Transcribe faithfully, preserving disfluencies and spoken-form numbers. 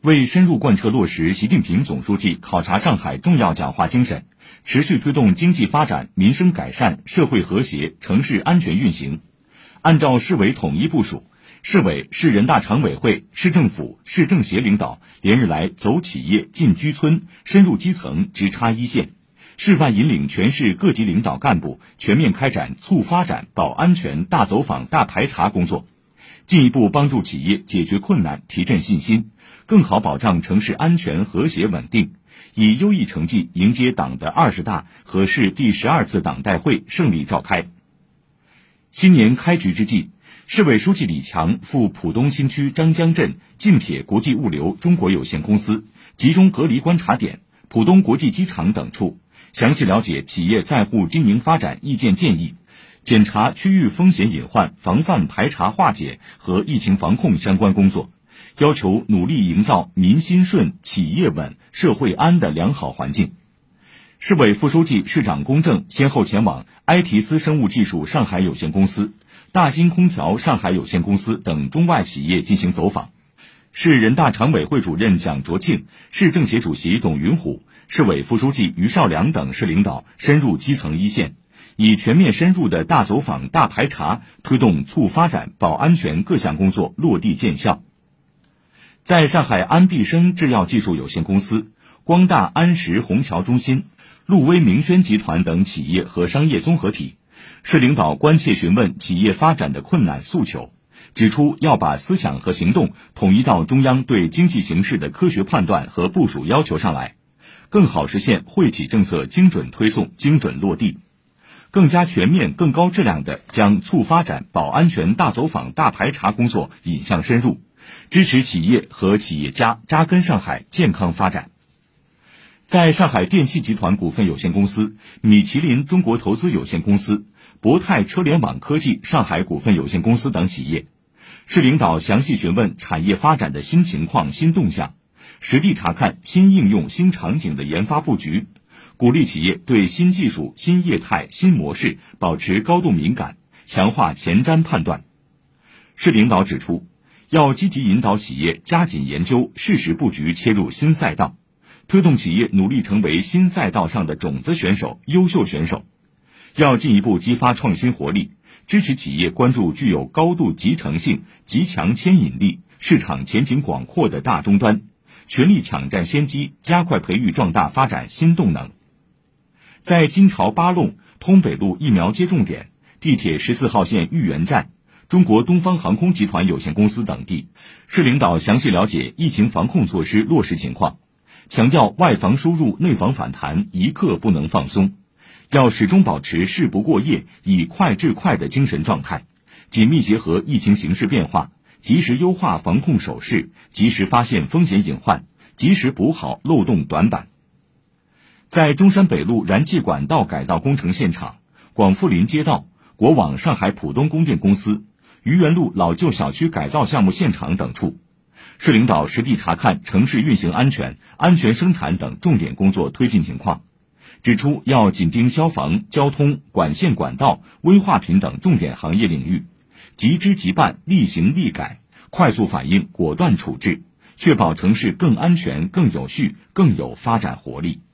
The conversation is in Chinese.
为深入贯彻落实习近平总书记考察上海重要讲话精神，持续推动经济发展、民生改善、社会和谐、城市安全运行，按照市委统一部署，市委、市人大常委会、市政府、市政协领导连日来走企业、进居村，深入基层，直插一线，示范引领全市各级领导干部全面开展促发展、保安全大走访大排查工作，进一步帮助企业解决困难、提振信心，更好保障城市安全和谐稳定，以优异成绩迎接党的二十大和市第十二次党代会胜利召开。新年开局之际，市委书记李强赴浦东新区张江镇晋铁国际物流中国有限公司集中隔离观察点、浦东国际机场等处，详细了解企业在沪经营发展意见建议，检查区域风险隐患防范排查化解和疫情防控相关工作，要求努力营造民心顺、企业稳、社会安的良好环境。市委副书记、市长龚正先后前往埃提斯生物技术上海有限公司、大金空调上海有限公司等中外企业进行走访。市人大常委会主任蒋卓庆、市政协主席董云虎、市委副书记于少良等市领导深入基层一线，以全面深入的大走访大排查，推动促发展、保安全各项工作落地见效。在上海安必生制药技术有限公司、光大安石虹桥中心、陆威明轩集团等企业和商业综合体，市领导关切询问企业发展的困难诉求，指出要把思想和行动统一到中央对经济形势的科学判断和部署要求上来，更好实现惠企政策精准推送、精准落地，更加全面、更高质量地将促发展、保安全大走访大排查工作引向深入，支持企业和企业家扎根上海健康发展。在上海电气集团股份有限公司、米其林中国投资有限公司、博泰车联网科技上海股份有限公司等企业，市领导详细询问产业发展的新情况、新动向，实地查看新应用、新场景的研发布局，鼓励企业对新技术、新业态、新模式保持高度敏感，强化前瞻判断。市领导指出，要积极引导企业加紧研究、适时布局切入新赛道，推动企业努力成为新赛道上的种子选手、优秀选手。要进一步激发创新活力，支持企业关注具有高度集成性、极强牵引力、市场前景广阔的大终端，全力抢占先机，加快培育壮大发展新动能。在金朝八弄、通北路疫苗接种点、地铁十四号线豫园站、中国东方航空集团有限公司等地，市领导详细了解疫情防控措施落实情况，强调外防输入、内防反弹一刻不能放松，要始终保持事不过夜、以快制快的精神状态，紧密结合疫情形势变化，及时优化防控手势，及时发现风险隐患，及时补好漏洞短板。在中山北路燃气管道改造工程现场、广富林街道、国网上海浦东供电公司、愚园路老旧小区改造项目现场等处，市领导实地查看城市运行安全、安全生产等重点工作推进情况，指出要紧盯消防、交通、管线管道、危化品等重点行业领域，即知即办、立行立改，快速反应、果断处置，确保城市更安全、更有序、更有发展活力。